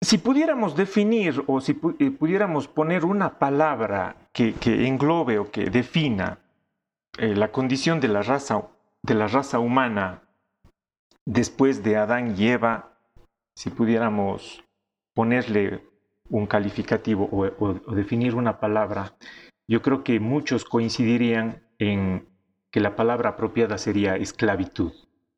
Si pudiéramos definir o si pudiéramos poner una palabra que englobe o que defina la condición de la raza humana después de Adán y Eva, si pudiéramos ponerle un calificativo o definir una palabra, yo creo que muchos coincidirían en que la palabra apropiada sería esclavitud.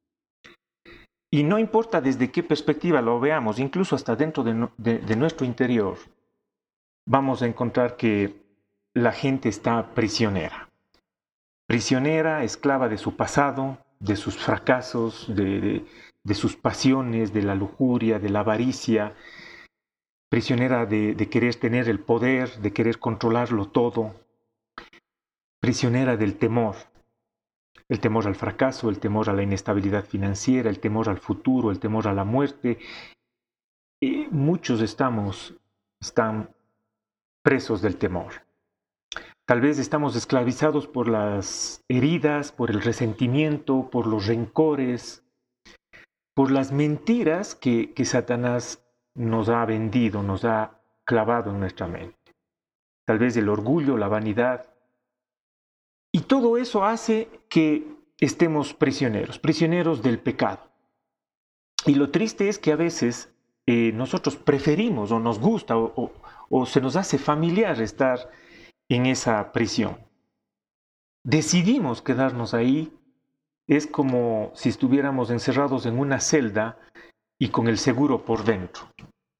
Y no importa desde qué perspectiva lo veamos, incluso hasta dentro de nuestro interior, vamos a encontrar que la gente está prisionera. Prisionera, esclava de su pasado, de sus fracasos, de sus pasiones, de la lujuria, de la avaricia, prisionera de querer tener el poder, de querer controlarlo todo, prisionera del temor. El temor al fracaso, el temor a la inestabilidad financiera, el temor al futuro, el temor a la muerte. Muchos están presos del temor. Tal vez estamos esclavizados por las heridas, por el resentimiento, por los rencores, por las mentiras que Satanás nos ha vendido, nos ha clavado en nuestra mente. Tal vez el orgullo, la vanidad. Y todo eso hace que estemos prisioneros del pecado. Y lo triste es que a veces nosotros preferimos o nos gusta o se nos hace familiar estar en esa prisión. Decidimos quedarnos ahí. Es como si estuviéramos encerrados en una celda y con el seguro por dentro.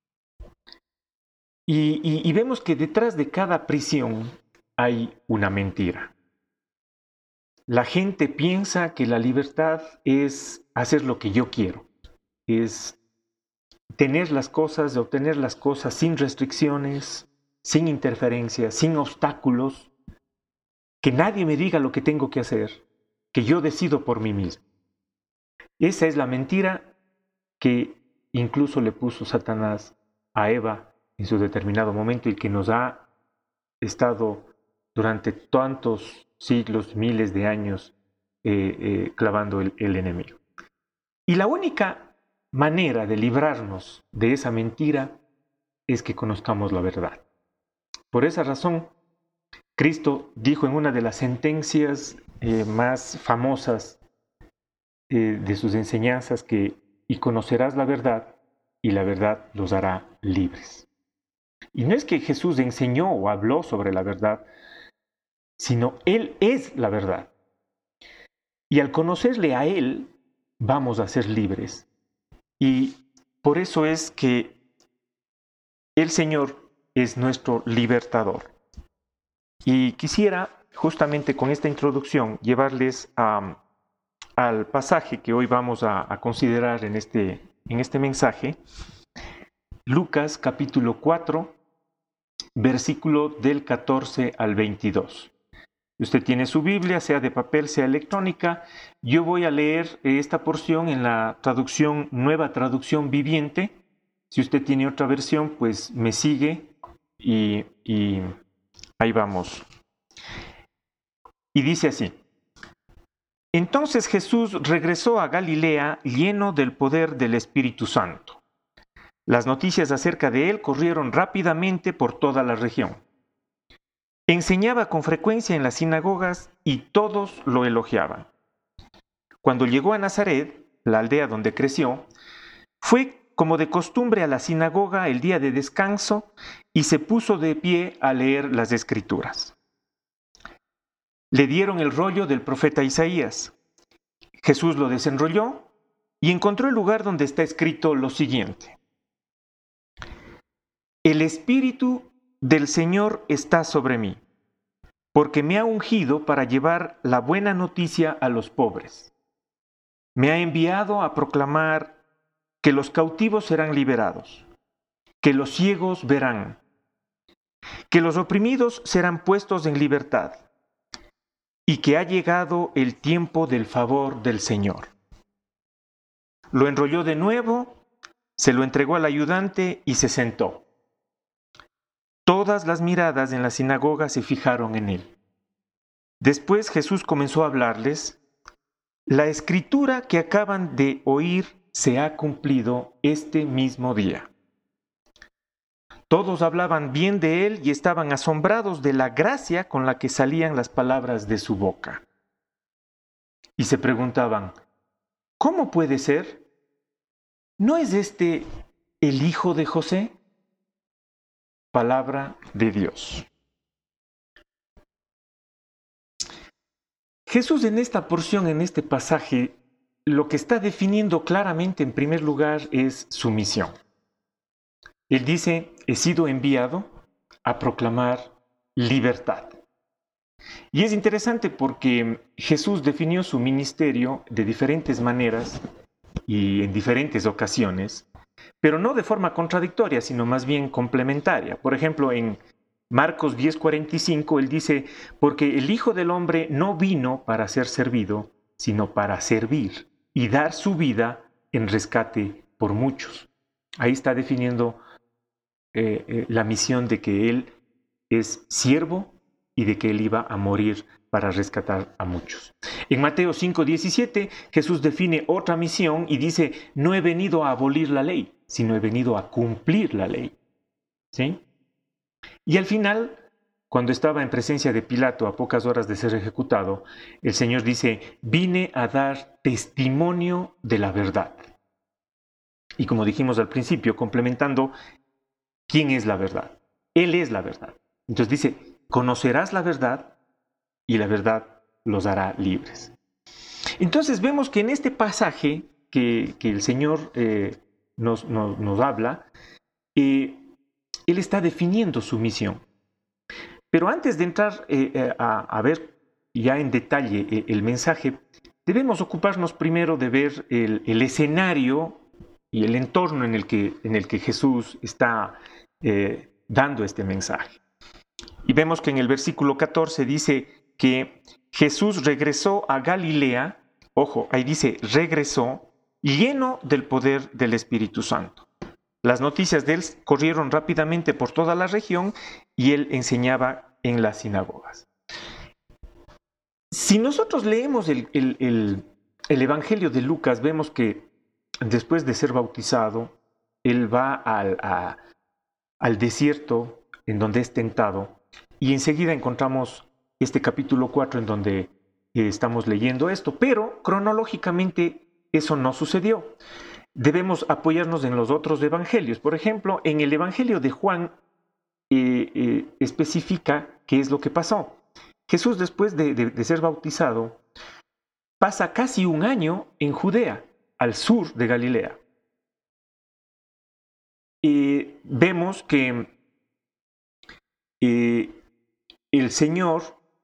Y vemos que detrás de cada prisión hay una mentira. La gente piensa que la libertad es hacer lo que yo quiero, es tener las cosas, obtener las cosas sin restricciones, sin interferencias, sin obstáculos, que nadie me diga lo que tengo que hacer, que yo decido por mí mismo. Esa es la mentira que incluso le puso Satanás a Eva en su determinado momento y que nos ha estado durante tantos siglos, miles de años clavando el enemigo. Y la única manera de librarnos de esa mentira es que conozcamos la verdad. Por esa razón, Cristo dijo en una de las sentencias más famosas de sus enseñanzas y conocerás la verdad y la verdad los hará libres. Y no es que Jesús enseñó o habló sobre la verdad, sino Él es la verdad. Y al conocerle a Él, vamos a ser libres. Y por eso es que el Señor es nuestro libertador. Y quisiera, justamente con esta introducción, llevarles al pasaje que hoy vamos a considerar en este mensaje, Lucas capítulo 4, versículo del 14 al 22. Usted tiene su Biblia, sea de papel, sea electrónica. Yo voy a leer esta porción en la traducción, Nueva Traducción Viviente. Si usted tiene otra versión, pues me sigue y ahí vamos. Y dice así: Entonces Jesús regresó a Galilea lleno del poder del Espíritu Santo. Las noticias acerca de él corrieron rápidamente por toda la región. Enseñaba con frecuencia en las sinagogas y todos lo elogiaban. Cuando llegó a Nazaret, la aldea donde creció, fue como de costumbre a la sinagoga el día de descanso y se puso de pie a leer las Escrituras. Le dieron el rollo del profeta Isaías. Jesús lo desenrolló y encontró el lugar donde está escrito lo siguiente: El Espíritu del Señor está sobre mí, porque me ha ungido para llevar la buena noticia a los pobres. Me ha enviado a proclamar que los cautivos serán liberados, que los ciegos verán, que los oprimidos serán puestos en libertad, y que ha llegado el tiempo del favor del Señor. Lo enrolló de nuevo, se lo entregó al ayudante y se sentó. Todas las miradas en la sinagoga se fijaron en él. Después Jesús comenzó a hablarles: La escritura que acaban de oír se ha cumplido este mismo día. Todos hablaban bien de él y estaban asombrados de la gracia con la que salían las palabras de su boca. Y se preguntaban, ¿cómo puede ser? ¿No es este el hijo de José? Palabra de Dios. Jesús en esta porción, en este pasaje, lo que está definiendo claramente en primer lugar es su misión. Él dice, he sido enviado a proclamar libertad. Y es interesante porque Jesús definió su ministerio de diferentes maneras y en diferentes ocasiones, pero no de forma contradictoria, sino más bien complementaria. Por ejemplo, en Marcos 10:45, él dice, porque el Hijo del Hombre no vino para ser servido, sino para servir y dar su vida en rescate por muchos. Ahí está definiendo la misión de que él es siervo y de que él iba a morir para rescatar a muchos. En Mateo 5:17, Jesús define otra misión y dice, no he venido a abolir la ley, sino he venido a cumplir la ley. ¿Sí? Y al final, cuando estaba en presencia de Pilato a pocas horas de ser ejecutado, el Señor dice, vine a dar testimonio de la verdad. Y como dijimos al principio, complementando, ¿quién es la verdad? Él es la verdad. Entonces dice, conocerás la verdad y la verdad los hará libres. Entonces vemos que en este pasaje que el Señor nos habla, Él está definiendo su misión. Pero antes de entrar a ver ya en detalle el mensaje, debemos ocuparnos primero de ver el escenario y el entorno en el que Jesús está dando este mensaje. Y vemos que en el versículo 14 dice que Jesús regresó a Galilea, ojo, ahí dice regresó, lleno del poder del Espíritu Santo. Las noticias de él corrieron rápidamente por toda la región y él enseñaba en las sinagogas. Si nosotros leemos el Evangelio de Lucas, vemos que después de ser bautizado, él va al desierto en donde es tentado y enseguida encontramos este capítulo 4 en donde estamos leyendo esto, pero cronológicamente eso no sucedió. Debemos apoyarnos en los otros evangelios. Por ejemplo, en el Evangelio de Juan especifica qué es lo que pasó. Jesús, después de ser bautizado, pasa casi un año en Judea, al sur de Galilea. Vemos que el Señor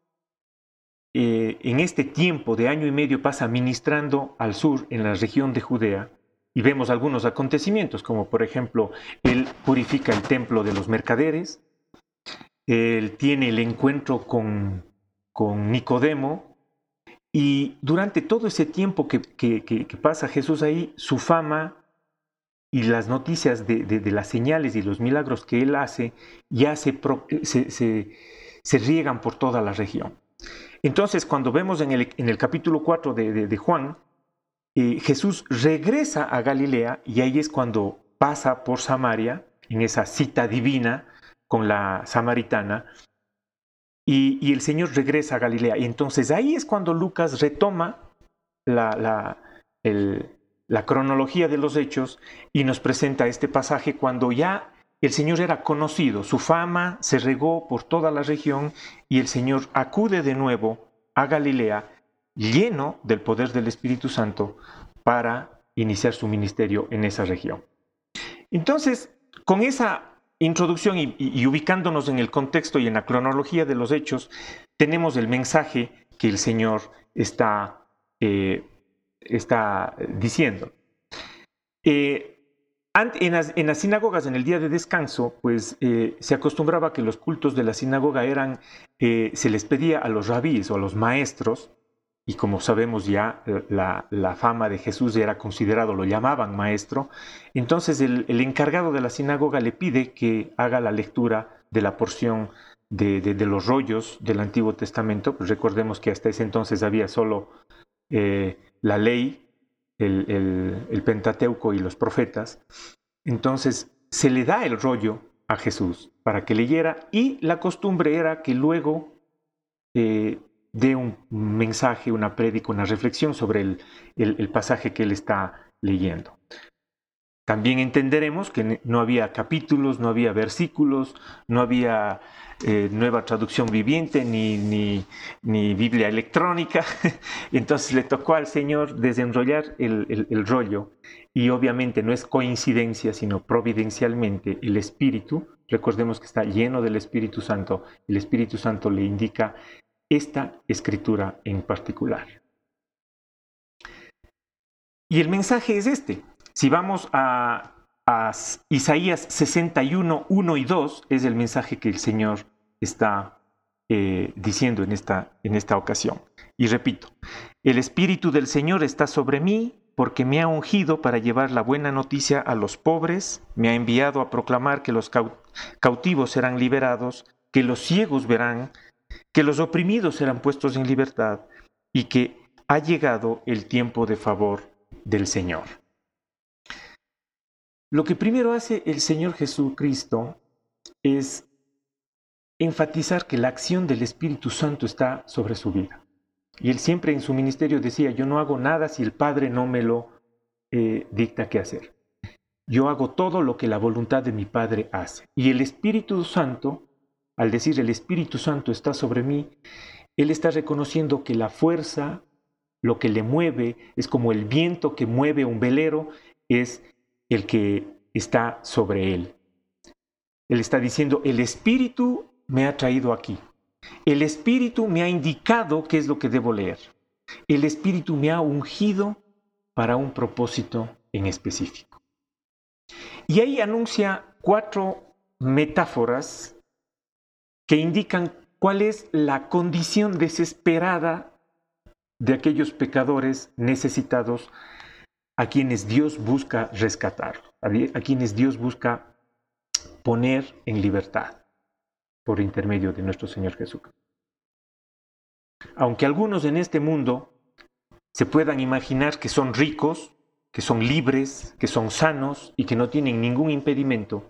en este tiempo de año y medio pasa ministrando al sur en la región de Judea y vemos algunos acontecimientos como por ejemplo él purifica el templo de los mercaderes, él tiene el encuentro con Nicodemo y durante todo ese tiempo que pasa Jesús ahí, su fama y las noticias de las señales y los milagros que él hace ya se riegan por toda la región. Entonces, cuando vemos en el capítulo 4 de Juan, Jesús regresa a Galilea y ahí es cuando pasa por Samaria, en esa cita divina con la samaritana, y el Señor regresa a Galilea. Y entonces ahí es cuando Lucas retoma la cronología de los hechos y nos presenta este pasaje cuando ya el Señor era conocido, su fama se regó por toda la región y el Señor acude de nuevo a Galilea lleno del poder del Espíritu Santo para iniciar su ministerio en esa región. Entonces, con esa introducción y ubicándonos en el contexto y en la cronología de los hechos, tenemos el mensaje que el Señor está diciendo. En las sinagogas, en el día de descanso, pues se acostumbraba que los cultos de la sinagoga se les pedía a los rabíes o a los maestros, y como sabemos ya, la fama de Jesús era considerado, lo llamaban maestro, entonces el encargado de la sinagoga le pide que haga la lectura de la porción de los rollos del Antiguo Testamento. Pues recordemos que hasta ese entonces había solo la ley, el Pentateuco y los profetas. Entonces se le da el rollo a Jesús para que leyera, y la costumbre era que luego dé un mensaje, una prédica, una reflexión sobre el pasaje que él está leyendo. También entenderemos que no había capítulos, no había versículos, no había nueva traducción viviente ni Biblia electrónica. Entonces le tocó al Señor desenrollar el rollo, y obviamente no es coincidencia, sino providencialmente el Espíritu, recordemos que está lleno del Espíritu Santo, el Espíritu Santo le indica esta escritura en particular. Y el mensaje es este. Si vamos a Isaías 61, 1 y 2, es el mensaje que el Señor está diciendo en esta ocasión. Y repito, el Espíritu del Señor está sobre mí porque me ha ungido para llevar la buena noticia a los pobres, me ha enviado a proclamar que los cautivos serán liberados, que los ciegos verán, que los oprimidos serán puestos en libertad, y que ha llegado el tiempo de favor del Señor. Lo que primero hace el Señor Jesucristo es enfatizar que la acción del Espíritu Santo está sobre su vida. Y él siempre en su ministerio decía, yo no hago nada si el Padre no me lo dicta qué hacer. Yo hago todo lo que la voluntad de mi Padre hace. Y el Espíritu Santo, al decir el Espíritu Santo está sobre mí, él está reconociendo que la fuerza, lo que le mueve, es como el viento que mueve un velero, es el que está sobre él. Él está diciendo, el Espíritu me ha traído aquí. El Espíritu me ha indicado qué es lo que debo leer. El Espíritu me ha ungido para un propósito en específico. Y ahí anuncia 4 metáforas que indican cuál es la condición desesperada de aquellos pecadores necesitados a quienes Dios busca rescatar, a quienes Dios busca poner en libertad por intermedio de nuestro Señor Jesucristo. Aunque algunos en este mundo se puedan imaginar que son ricos, que son libres, que son sanos y que no tienen ningún impedimento,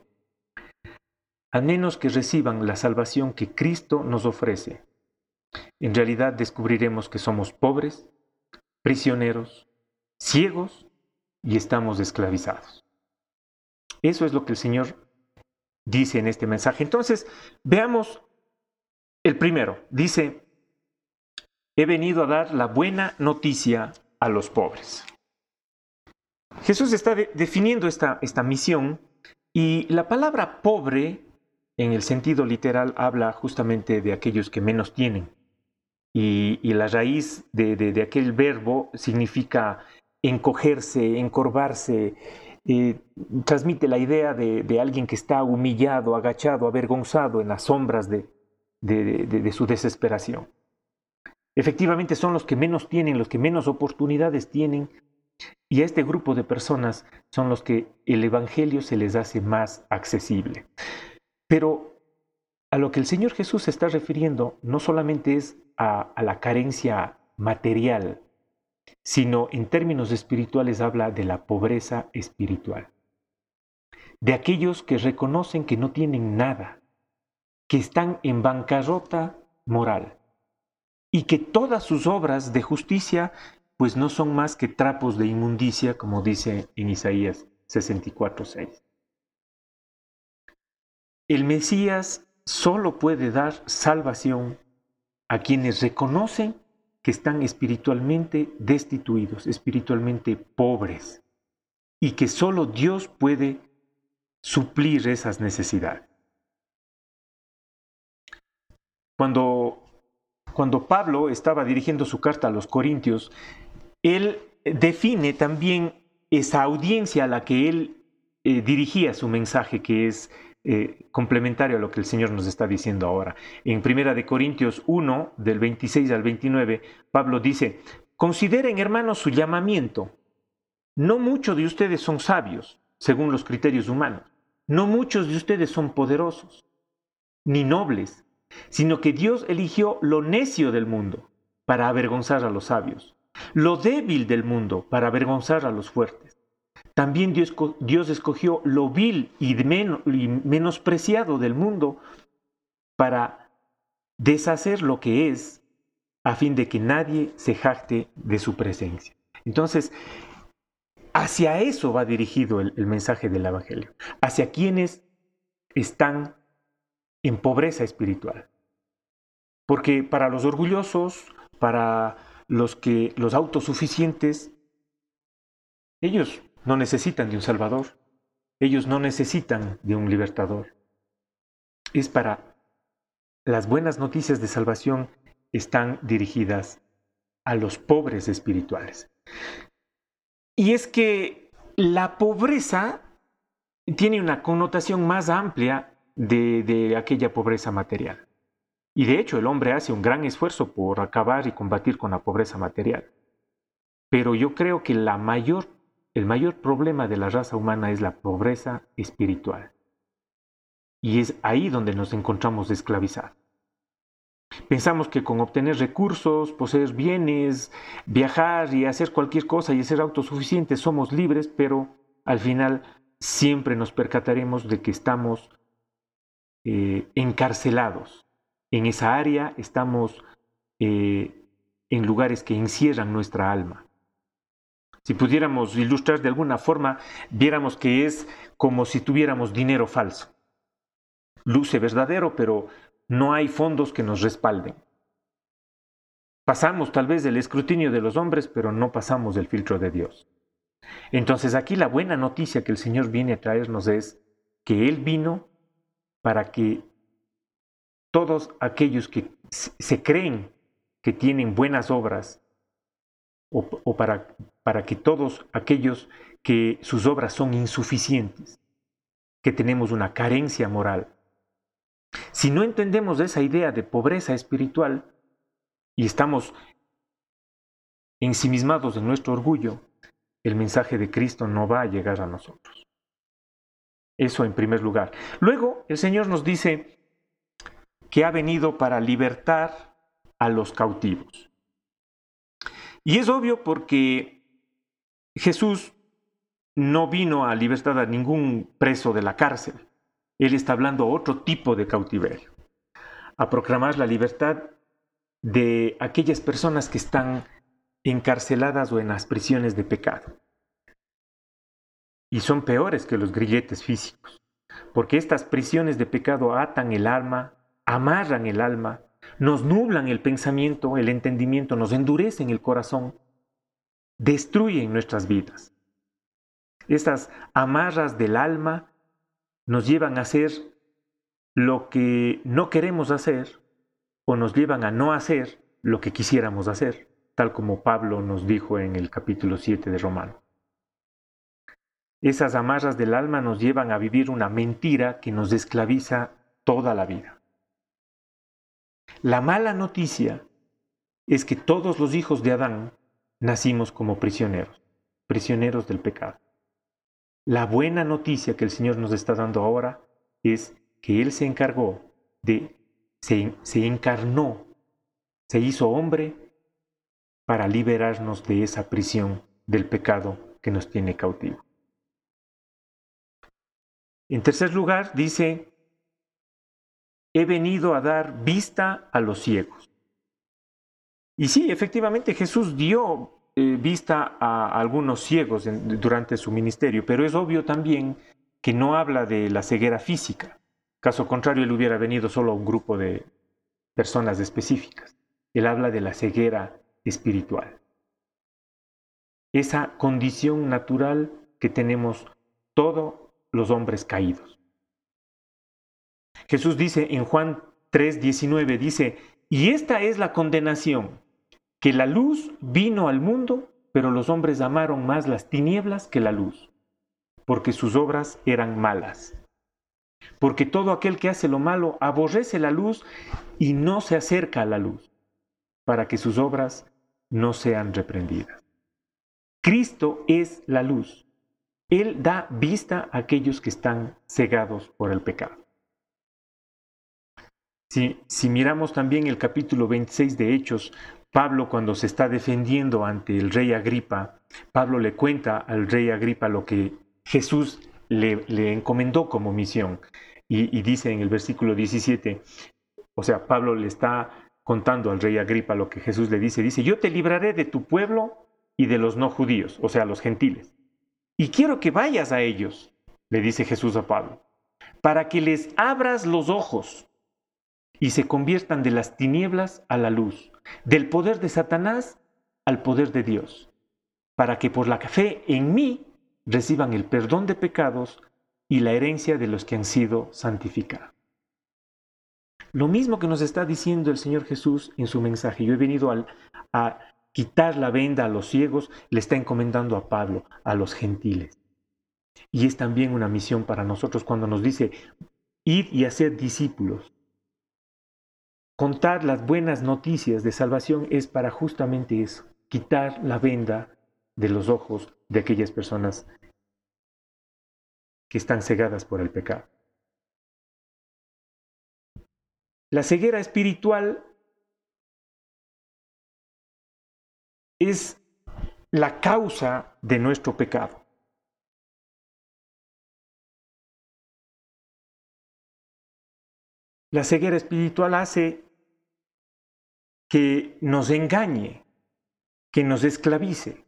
a menos que reciban la salvación que Cristo nos ofrece, en realidad descubriremos que somos pobres, prisioneros, ciegos y estamos esclavizados. Eso es lo que el Señor dice en este mensaje. Entonces, veamos el primero. Dice, he venido a dar la buena noticia a los pobres. Jesús está definiendo esta misión, y la palabra pobre, en el sentido literal, habla justamente de aquellos que menos tienen. Y la raíz de aquel verbo significa encogerse, encorvarse, transmite la idea de alguien que está humillado, agachado, avergonzado en las sombras de su desesperación. Efectivamente son los que menos tienen, los que menos oportunidades tienen, y a este grupo de personas son los que el Evangelio se les hace más accesible. Pero a lo que el Señor Jesús se está refiriendo no solamente es a la carencia material, sino en términos espirituales habla de la pobreza espiritual. De aquellos que reconocen que no tienen nada, que están en bancarrota moral y que todas sus obras de justicia pues no son más que trapos de inmundicia, como dice en Isaías 64:6. El Mesías solo puede dar salvación a quienes reconocen que están espiritualmente destituidos, espiritualmente pobres, y que solo Dios puede suplir esas necesidades. Cuando Pablo estaba dirigiendo su carta a los Corintios, él define también esa audiencia a la que él dirigía su mensaje, que es complementario a lo que el Señor nos está diciendo ahora. En 1 Corintios 1, del 26 al 29, Pablo dice, consideren, hermanos, su llamamiento. No muchos de ustedes son sabios, según los criterios humanos. No muchos de ustedes son poderosos, ni nobles, sino que Dios eligió lo necio del mundo para avergonzar a los sabios, lo débil del mundo para avergonzar a los fuertes. También Dios escogió lo vil y menospreciado del mundo para deshacer lo que es, a fin de que nadie se jacte de su presencia. Entonces, hacia eso va dirigido el mensaje del Evangelio, hacia quienes están en pobreza espiritual. Porque para los orgullosos, para los autosuficientes, ellos no necesitan de un Salvador, ellos no necesitan de un libertador. Es para las buenas noticias de salvación están dirigidas a los pobres espirituales. Y es que la pobreza tiene una connotación más amplia de aquella pobreza material. Y de hecho el hombre hace un gran esfuerzo por acabar y combatir con la pobreza material. Pero yo creo que el mayor problema de la raza humana es la pobreza espiritual. Y es ahí donde nos encontramos esclavizados. Pensamos que con obtener recursos, poseer bienes, viajar y hacer cualquier cosa y ser autosuficientes somos libres, pero al final siempre nos percataremos de que estamos encarcelados. En esa área estamos en lugares que encierran nuestra alma. Si pudiéramos ilustrar de alguna forma, viéramos que es como si tuviéramos dinero falso. Luce verdadero, pero no hay fondos que nos respalden. Pasamos tal vez del escrutinio de los hombres, pero no pasamos del filtro de Dios. Entonces aquí la buena noticia que el Señor viene a traernos es que Él vino para que todos aquellos que se creen que tienen buenas obras, o para que todos aquellos que sus obras son insuficientes, que tenemos una carencia moral. Si no entendemos esa idea de pobreza espiritual y estamos ensimismados en nuestro orgullo, el mensaje de Cristo no va a llegar a nosotros. Eso en primer lugar. Luego, el Señor nos dice que ha venido para libertar a los cautivos. Y es obvio porque Jesús no vino a libertar a ningún preso de la cárcel. Él está hablando a otro tipo de cautiverio, a proclamar la libertad de aquellas personas que están encarceladas o en las prisiones de pecado. Y son peores que los grilletes físicos, porque estas prisiones de pecado atan el alma, amarran el alma, nos nublan el pensamiento, el entendimiento, nos endurecen el corazón, destruyen nuestras vidas. Estas amarras del alma nos llevan a hacer lo que no queremos hacer o nos llevan a no hacer lo que quisiéramos hacer, tal como Pablo nos dijo en el capítulo 7 de Romanos. Esas amarras del alma nos llevan a vivir una mentira que nos esclaviza toda la vida. La mala noticia es que todos los hijos de Adán nacimos como prisioneros del pecado. La buena noticia que el Señor nos está dando ahora es que Él se encargó se encarnó, se hizo hombre para liberarnos de esa prisión del pecado que nos tiene cautivo. En tercer lugar, dice, he venido a dar vista a los ciegos. Y sí, efectivamente Jesús dio vista a algunos ciegos durante su ministerio, pero es obvio también que no habla de la ceguera física. Caso contrario, él hubiera venido solo a un grupo de personas específicas. Él habla de la ceguera espiritual. Esa condición natural que tenemos todos los hombres caídos. Jesús dice en Juan 3:19, dice, y esta es la condenación, que la luz vino al mundo, pero los hombres amaron más las tinieblas que la luz, porque sus obras eran malas. Porque todo aquel que hace lo malo aborrece la luz y no se acerca a la luz, para que sus obras no sean reprendidas. Cristo es la luz. Él da vista a aquellos que están cegados por el pecado. Si miramos también el capítulo 26 de Hechos, Pablo, cuando se está defendiendo ante el rey Agripa, Pablo le cuenta al rey Agripa lo que Jesús le encomendó como misión. Y dice en el versículo 17, o sea, Pablo le está contando al rey Agripa lo que Jesús le dice, yo te libraré de tu pueblo y de los no judíos, o sea, los gentiles. Y quiero que vayas a ellos, le dice Jesús a Pablo, para que les abras los ojos y se conviertan de las tinieblas a la luz, del poder de Satanás al poder de Dios, para que por la fe en mí reciban el perdón de pecados y la herencia de los que han sido santificados. Lo mismo que nos está diciendo el Señor Jesús en su mensaje. Yo he venido a quitar la venda a los ciegos, le está encomendando a Pablo, a los gentiles. Y es también una misión para nosotros cuando nos dice, id y hacer discípulos. Contar las buenas noticias de salvación es para justamente eso, quitar la venda de los ojos de aquellas personas que están cegadas por el pecado. La ceguera espiritual es la causa de nuestro pecado. La ceguera espiritual hace que nos engañe, que nos esclavice.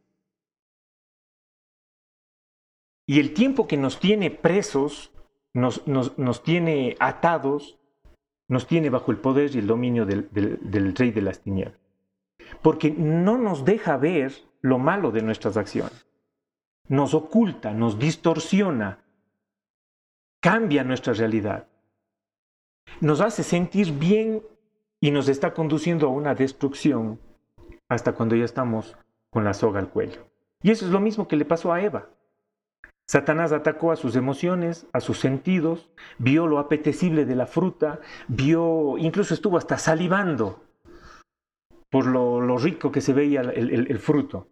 Y el tiempo que nos tiene presos, nos tiene atados, nos tiene bajo el poder y el dominio del rey de las tinieblas. Porque no nos deja ver lo malo de nuestras acciones. Nos oculta, nos distorsiona, cambia nuestra realidad. Nos hace sentir bien y nos está conduciendo a una destrucción hasta cuando ya estamos con la soga al cuello. Y eso es lo mismo que le pasó a Eva. Satanás atacó a sus emociones, a sus sentidos, vio lo apetecible de la fruta, incluso estuvo hasta salivando por lo rico que se veía el fruto.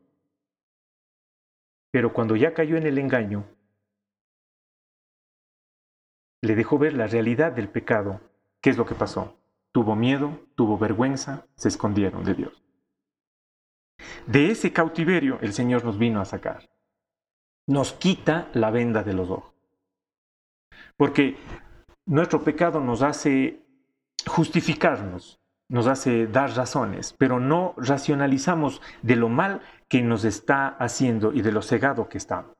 Pero cuando ya cayó en el engaño, le dejó ver la realidad del pecado. ¿Qué es lo que pasó? Tuvo miedo, tuvo vergüenza, se escondieron de Dios. De ese cautiverio el Señor nos vino a sacar. Nos quita la venda de los ojos. Porque nuestro pecado nos hace justificarnos, nos hace dar razones, pero no racionalizamos de lo mal que nos está haciendo y de lo cegado que estamos.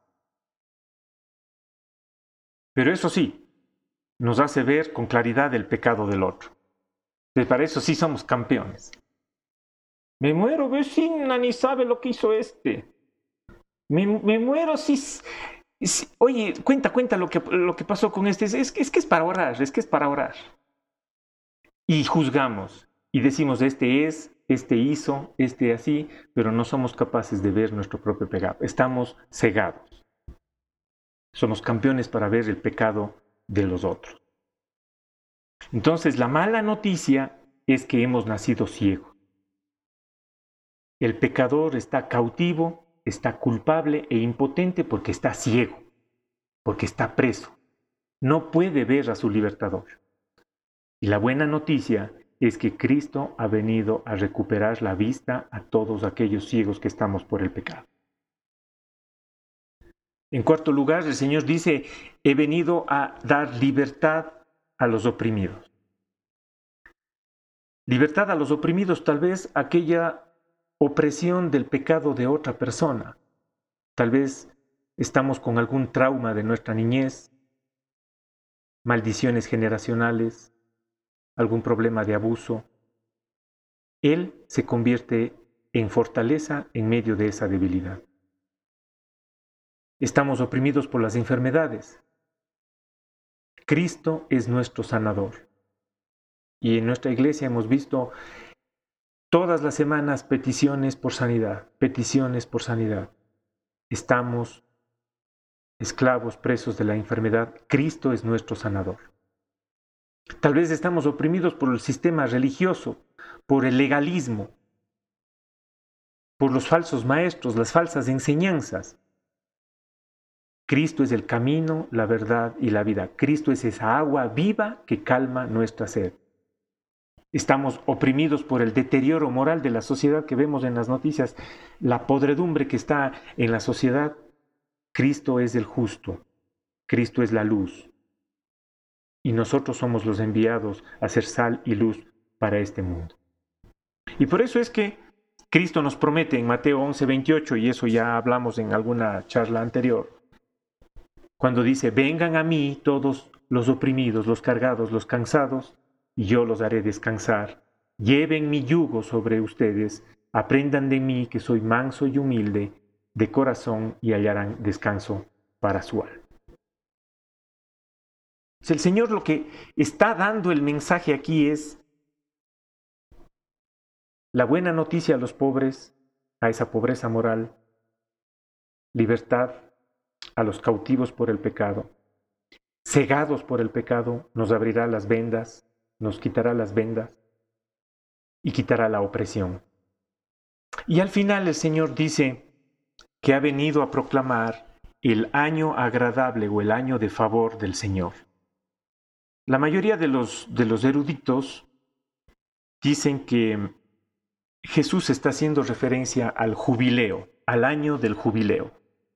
Pero eso sí, nos hace ver con claridad el pecado del otro. Y para eso sí somos campeones. Me muero, vecina, ni sabe lo que hizo este. Me muero si... Oye, cuenta lo que pasó con este. Es que es para orar, es que es para orar. Y juzgamos y decimos, este hizo, este así, pero no somos capaces de ver nuestro propio pecado. Estamos cegados. Somos campeones para ver el pecado de los otros. Entonces, la mala noticia es que hemos nacido ciegos. El pecador está cautivo, está culpable e impotente porque está ciego, porque está preso. No puede ver a su libertador. Y la buena noticia es que Cristo ha venido a recuperar la vista a todos aquellos ciegos que estamos por el pecado. En cuarto lugar, el Señor dice, he venido a dar libertad a los oprimidos. Libertad a los oprimidos, tal vez aquella opresión del pecado de otra persona. Tal vez estamos con algún trauma de nuestra niñez, maldiciones generacionales, algún problema de abuso. Él se convierte en fortaleza en medio de esa debilidad. Estamos oprimidos por las enfermedades. Cristo es nuestro sanador. Y en nuestra iglesia hemos visto todas las semanas peticiones por sanidad, peticiones por sanidad. Estamos esclavos, presos de la enfermedad. Cristo es nuestro sanador. Tal vez estamos oprimidos por el sistema religioso, por el legalismo, por los falsos maestros, las falsas enseñanzas. Cristo es el camino, la verdad y la vida. Cristo es esa agua viva que calma nuestra sed. Estamos oprimidos por el deterioro moral de la sociedad que vemos en las noticias, la podredumbre que está en la sociedad. Cristo es el justo, Cristo es la luz, y nosotros somos los enviados a ser sal y luz para este mundo. Y por eso es que Cristo nos promete en Mateo 11:28, y eso ya hablamos en alguna charla anterior, cuando dice: vengan a mí todos los oprimidos, los cargados, los cansados, y yo los haré descansar. Lleven mi yugo sobre ustedes, aprendan de mí que soy manso y humilde de corazón, y hallarán descanso para su alma. El Señor lo que está dando el mensaje aquí es la buena noticia a los pobres, a esa pobreza moral, libertad a los cautivos por el pecado, cegados por el pecado, nos abrirá las vendas, nos quitará las vendas y quitará la opresión. Y al final el Señor dice que ha venido a proclamar el año agradable o el año de favor del Señor. La mayoría de los eruditos dicen que Jesús está haciendo referencia al jubileo, al año del jubileo.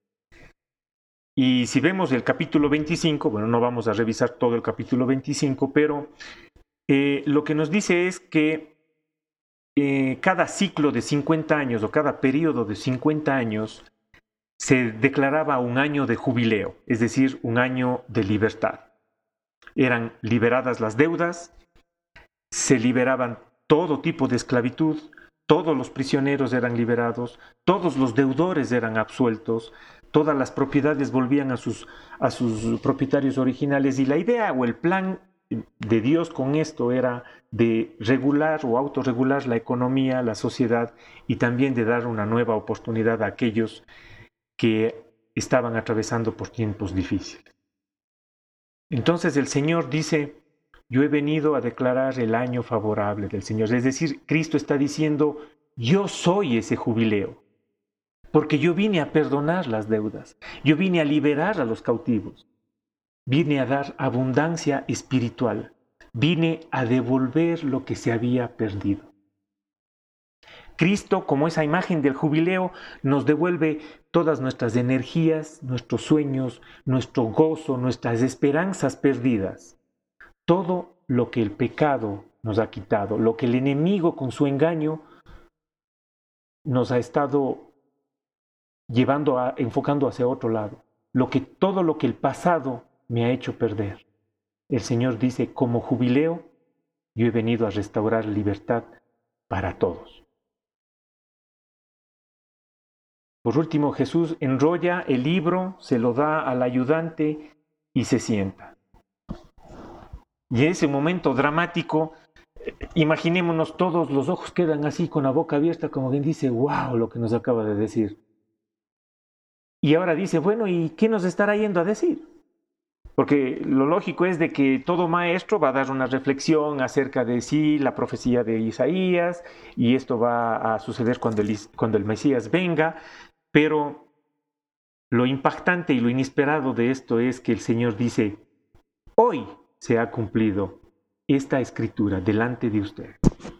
Y si vemos el capítulo 25, bueno, no vamos a revisar todo el capítulo 25, pero lo que nos dice es que cada ciclo de 50 años o cada periodo de 50 años se declaraba un año de jubileo, es decir, un año de libertad. Eran liberadas las deudas, se liberaban todo tipo de esclavitud, todos los prisioneros eran liberados, todos los deudores eran absueltos, todas las propiedades volvían a sus propietarios originales, y la idea o el plan de Dios con esto era de regular o autorregular la economía, la sociedad, y también de dar una nueva oportunidad a aquellos que estaban atravesando por tiempos difíciles. Entonces el Señor dice: yo he venido a declarar el año favorable del Señor. Es decir, Cristo está diciendo: yo soy ese jubileo, porque yo vine a perdonar las deudas, yo vine a liberar a los cautivos, vine a dar abundancia espiritual, vine a devolver lo que se había perdido. Cristo, como esa imagen del jubileo, nos devuelve todas nuestras energías, nuestros sueños, nuestro gozo, nuestras esperanzas perdidas. Todo lo que el pecado nos ha quitado, lo que el enemigo con su engaño nos ha estado enfocando hacia otro lado, todo lo que el pasado me ha hecho perder. El Señor dice: como jubileo, yo he venido a restaurar libertad para todos. Por último, Jesús enrolla el libro, se lo da al ayudante y se sienta. Y en ese momento dramático, imaginémonos, todos los ojos quedan así con la boca abierta, como quien dice: wow, lo que nos acaba de decir. Y ahora dice: bueno, ¿y qué nos estará yendo a decir? Porque lo lógico es de que todo maestro va a dar una reflexión acerca de sí, la profecía de Isaías, y esto va a suceder cuando el Mesías venga. Pero lo impactante y lo inesperado de esto es que el Señor dice: hoy se ha cumplido esta escritura delante de ustedes.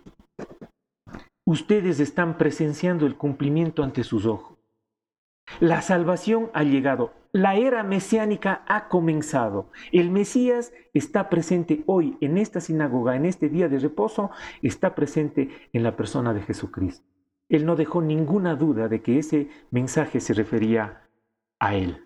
Ustedes están presenciando el cumplimiento ante sus ojos. La salvación ha llegado. La era mesiánica ha comenzado. El Mesías está presente hoy en esta sinagoga, en este día de reposo, está presente en la persona de Jesucristo. Él no dejó ninguna duda de que ese mensaje se refería a Él.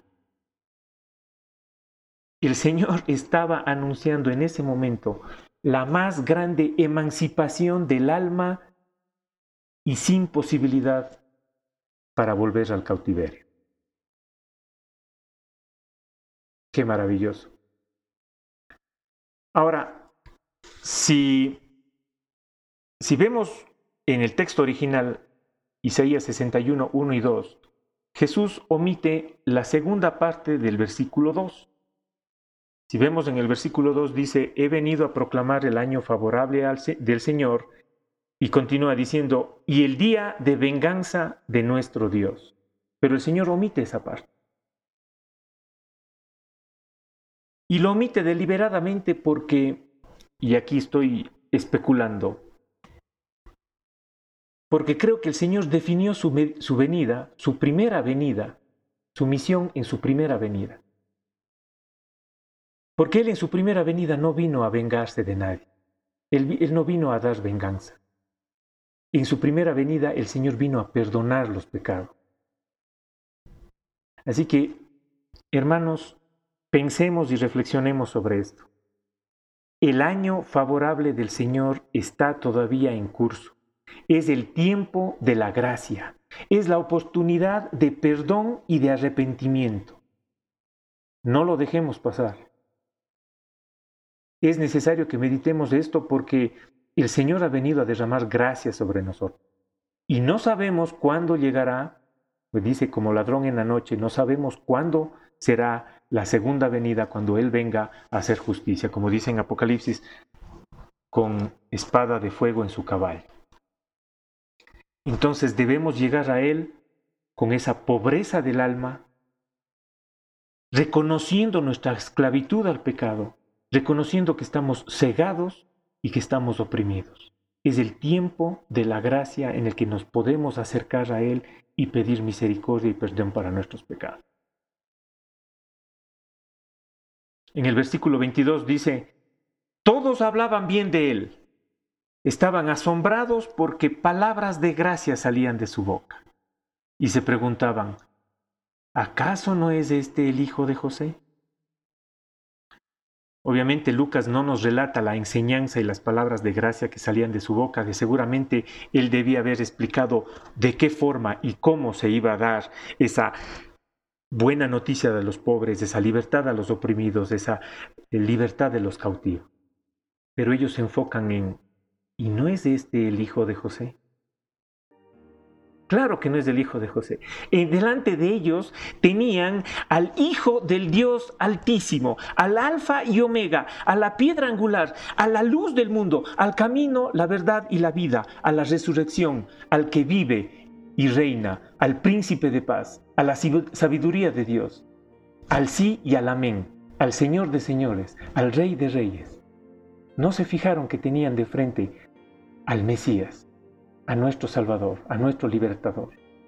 El Señor estaba anunciando en ese momento la más grande emancipación del alma y sin posibilidad para volver al cautiverio. Qué maravilloso. Ahora, si vemos en el texto original, Isaías 61, 1 y 2, Jesús omite la segunda parte del versículo 2. Si vemos en el versículo 2 dice: he venido a proclamar el año favorable del Señor, y continúa diciendo: y el día de venganza de nuestro Dios. Pero el Señor omite esa parte. Y lo omite deliberadamente porque, y aquí estoy especulando, porque creo que el Señor definió su venida, su primera venida, su misión en su primera venida. Porque Él en su primera venida no vino a vengarse de nadie. Él no vino a dar venganza. En su primera venida el Señor vino a perdonar los pecados. Así que, hermanos, pensemos y reflexionemos sobre esto. El año favorable del Señor está todavía en curso. Es el tiempo de la gracia. Es la oportunidad de perdón y de arrepentimiento. No lo dejemos pasar. Es necesario que meditemos de esto porque el Señor ha venido a derramar gracia sobre nosotros. Y no sabemos cuándo llegará, pues dice como ladrón en la noche, no sabemos cuándo será la segunda venida, cuando Él venga a hacer justicia, como dice en Apocalipsis, con espada de fuego en su caballo. Entonces debemos llegar a Él con esa pobreza del alma, reconociendo nuestra esclavitud al pecado, reconociendo que estamos cegados y que estamos oprimidos. Es el tiempo de la gracia en el que nos podemos acercar a Él y pedir misericordia y perdón para nuestros pecados. En el versículo 22 dice, todos hablaban bien de Él, estaban asombrados porque palabras de gracia salían de su boca. Y se preguntaban, ¿acaso no es este el hijo de José? Obviamente Lucas no nos relata la enseñanza y las palabras de gracia que salían de su boca, de seguramente él debía haber explicado de qué forma y cómo se iba a dar esa buena noticia de los pobres, esa libertad a los oprimidos, esa libertad de los cautivos. Pero ellos se enfocan en, ¿y no es este el hijo de José? Claro que no es el hijo de José. Delante de ellos tenían al Hijo del Dios Altísimo, al Alfa y Omega, a la piedra angular, a la luz del mundo, al camino, la verdad y la vida, a la resurrección, al que vive y reina, al príncipe de paz, a la sabiduría de Dios, al sí y al amén, al Señor de señores, al Rey de reyes. No se fijaron que tenían de frente al Mesías, a nuestro Salvador, a nuestro Libertador.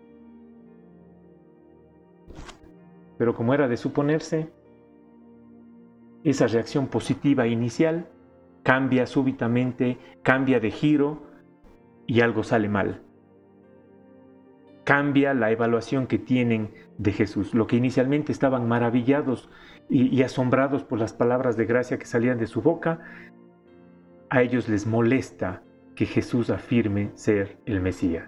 Pero como era de suponerse, esa reacción positiva inicial cambia súbitamente, cambia de giro y algo sale mal. Cambia la evaluación que tienen de Jesús. Lo que inicialmente estaban maravillados y asombrados por las palabras de gracia que salían de su boca, a ellos les molesta que Jesús afirme ser el Mesías.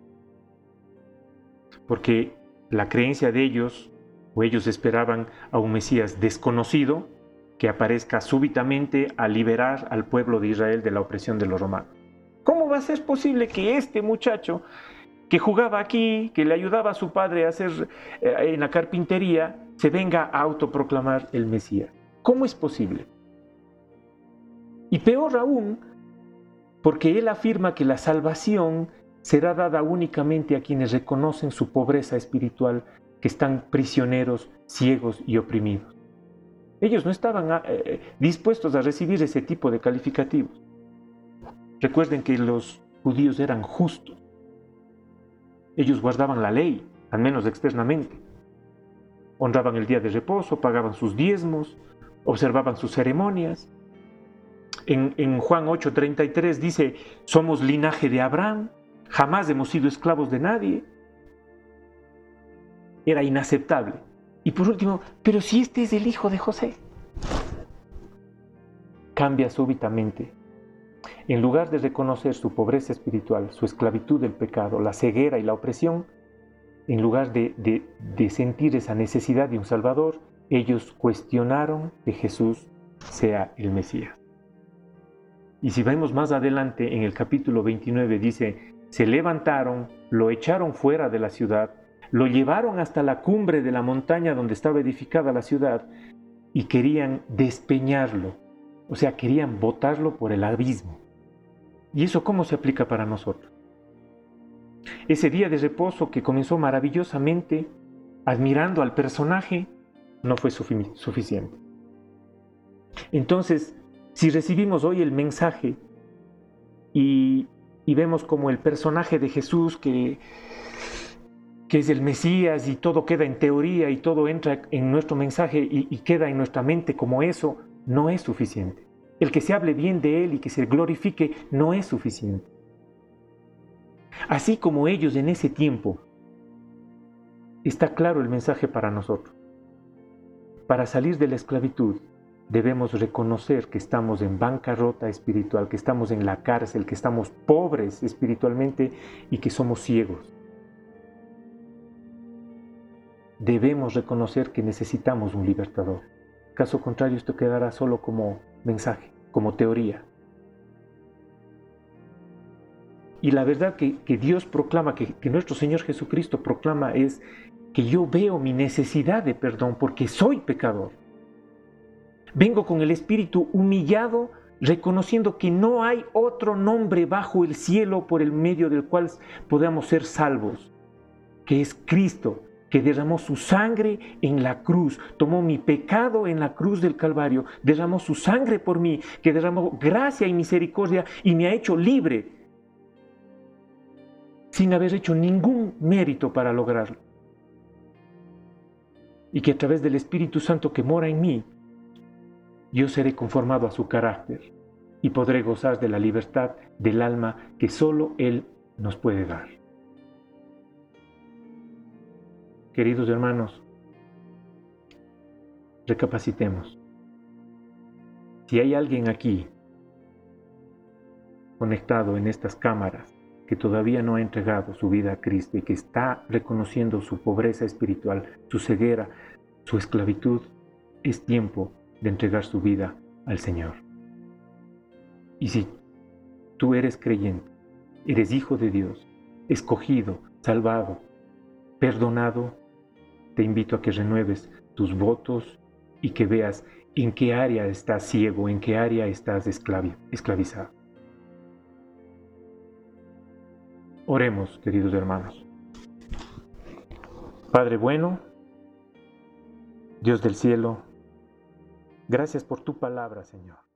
Porque la creencia de ellos, o ellos esperaban a un Mesías desconocido que aparezca súbitamente a liberar al pueblo de Israel de la opresión de los romanos. ¿Cómo va a ser posible que este muchacho que jugaba aquí, que le ayudaba a su padre a hacer en la carpintería, se venga a autoproclamar el Mesías? ¿Cómo es posible? Y peor aún, porque él afirma que la salvación será dada únicamente a quienes reconocen su pobreza espiritual, que están prisioneros, ciegos y oprimidos. Ellos no estaban dispuestos a recibir ese tipo de calificativos. Recuerden que los judíos eran justos. Ellos guardaban la ley, al menos externamente. Honraban el día de reposo, pagaban sus diezmos, observaban sus ceremonias. En Juan 8:33 dice, somos linaje de Abraham, jamás hemos sido esclavos de nadie. Era inaceptable. Y por último, pero si este es el hijo de José. Cambia súbitamente. En lugar de reconocer su pobreza espiritual, su esclavitud del pecado, la ceguera y la opresión, en lugar de sentir esa necesidad de un Salvador, ellos cuestionaron que Jesús sea el Mesías. Y si vemos más adelante en el capítulo 29 dice, se levantaron, lo echaron fuera de la ciudad, lo llevaron hasta la cumbre de la montaña donde estaba edificada la ciudad y querían despeñarlo, o sea, querían botarlo por el abismo. ¿Y eso cómo se aplica para nosotros? Ese día de reposo que comenzó maravillosamente, admirando al personaje, no fue suficiente. Entonces, si recibimos hoy el mensaje y y vemos como el personaje de Jesús que es el Mesías y todo queda en teoría y todo entra en nuestro mensaje y queda en nuestra mente como eso, no es suficiente. El que se hable bien de Él y que se glorifique no es suficiente. Así como ellos en ese tiempo, está claro el mensaje para nosotros. Para salir de la esclavitud, debemos reconocer que estamos en bancarrota espiritual, que estamos en la cárcel, que estamos pobres espiritualmente y que somos ciegos. Debemos reconocer que necesitamos un libertador. Caso contrario, esto quedará solo como mensaje, como teoría. Y la verdad que Dios proclama, que nuestro Señor Jesucristo proclama es que yo veo mi necesidad de perdón porque soy pecador. Vengo con el espíritu humillado, reconociendo que no hay otro nombre bajo el cielo por el medio del cual podamos ser salvos, que es Cristo, que derramó su sangre en la cruz, tomó mi pecado en la cruz del Calvario, derramó su sangre por mí, que derramó gracia y misericordia y me ha hecho libre, sin haber hecho ningún mérito para lograrlo. Y que a través del Espíritu Santo que mora en mí, yo seré conformado a su carácter y podré gozar de la libertad del alma que solo Él nos puede dar. Queridos hermanos, recapacitemos. Si hay alguien aquí conectado en estas cámaras que todavía no ha entregado su vida a Cristo y que está reconociendo su pobreza espiritual, su ceguera, su esclavitud, es tiempo de entregar su vida al Señor. Y si tú eres creyente, eres hijo de Dios, escogido, salvado, perdonado, te invito a que renueves tus votos y que veas en qué área estás ciego, en qué área estás esclavizado. Oremos, queridos hermanos. Padre bueno, Dios del cielo, gracias por tu palabra, Señor.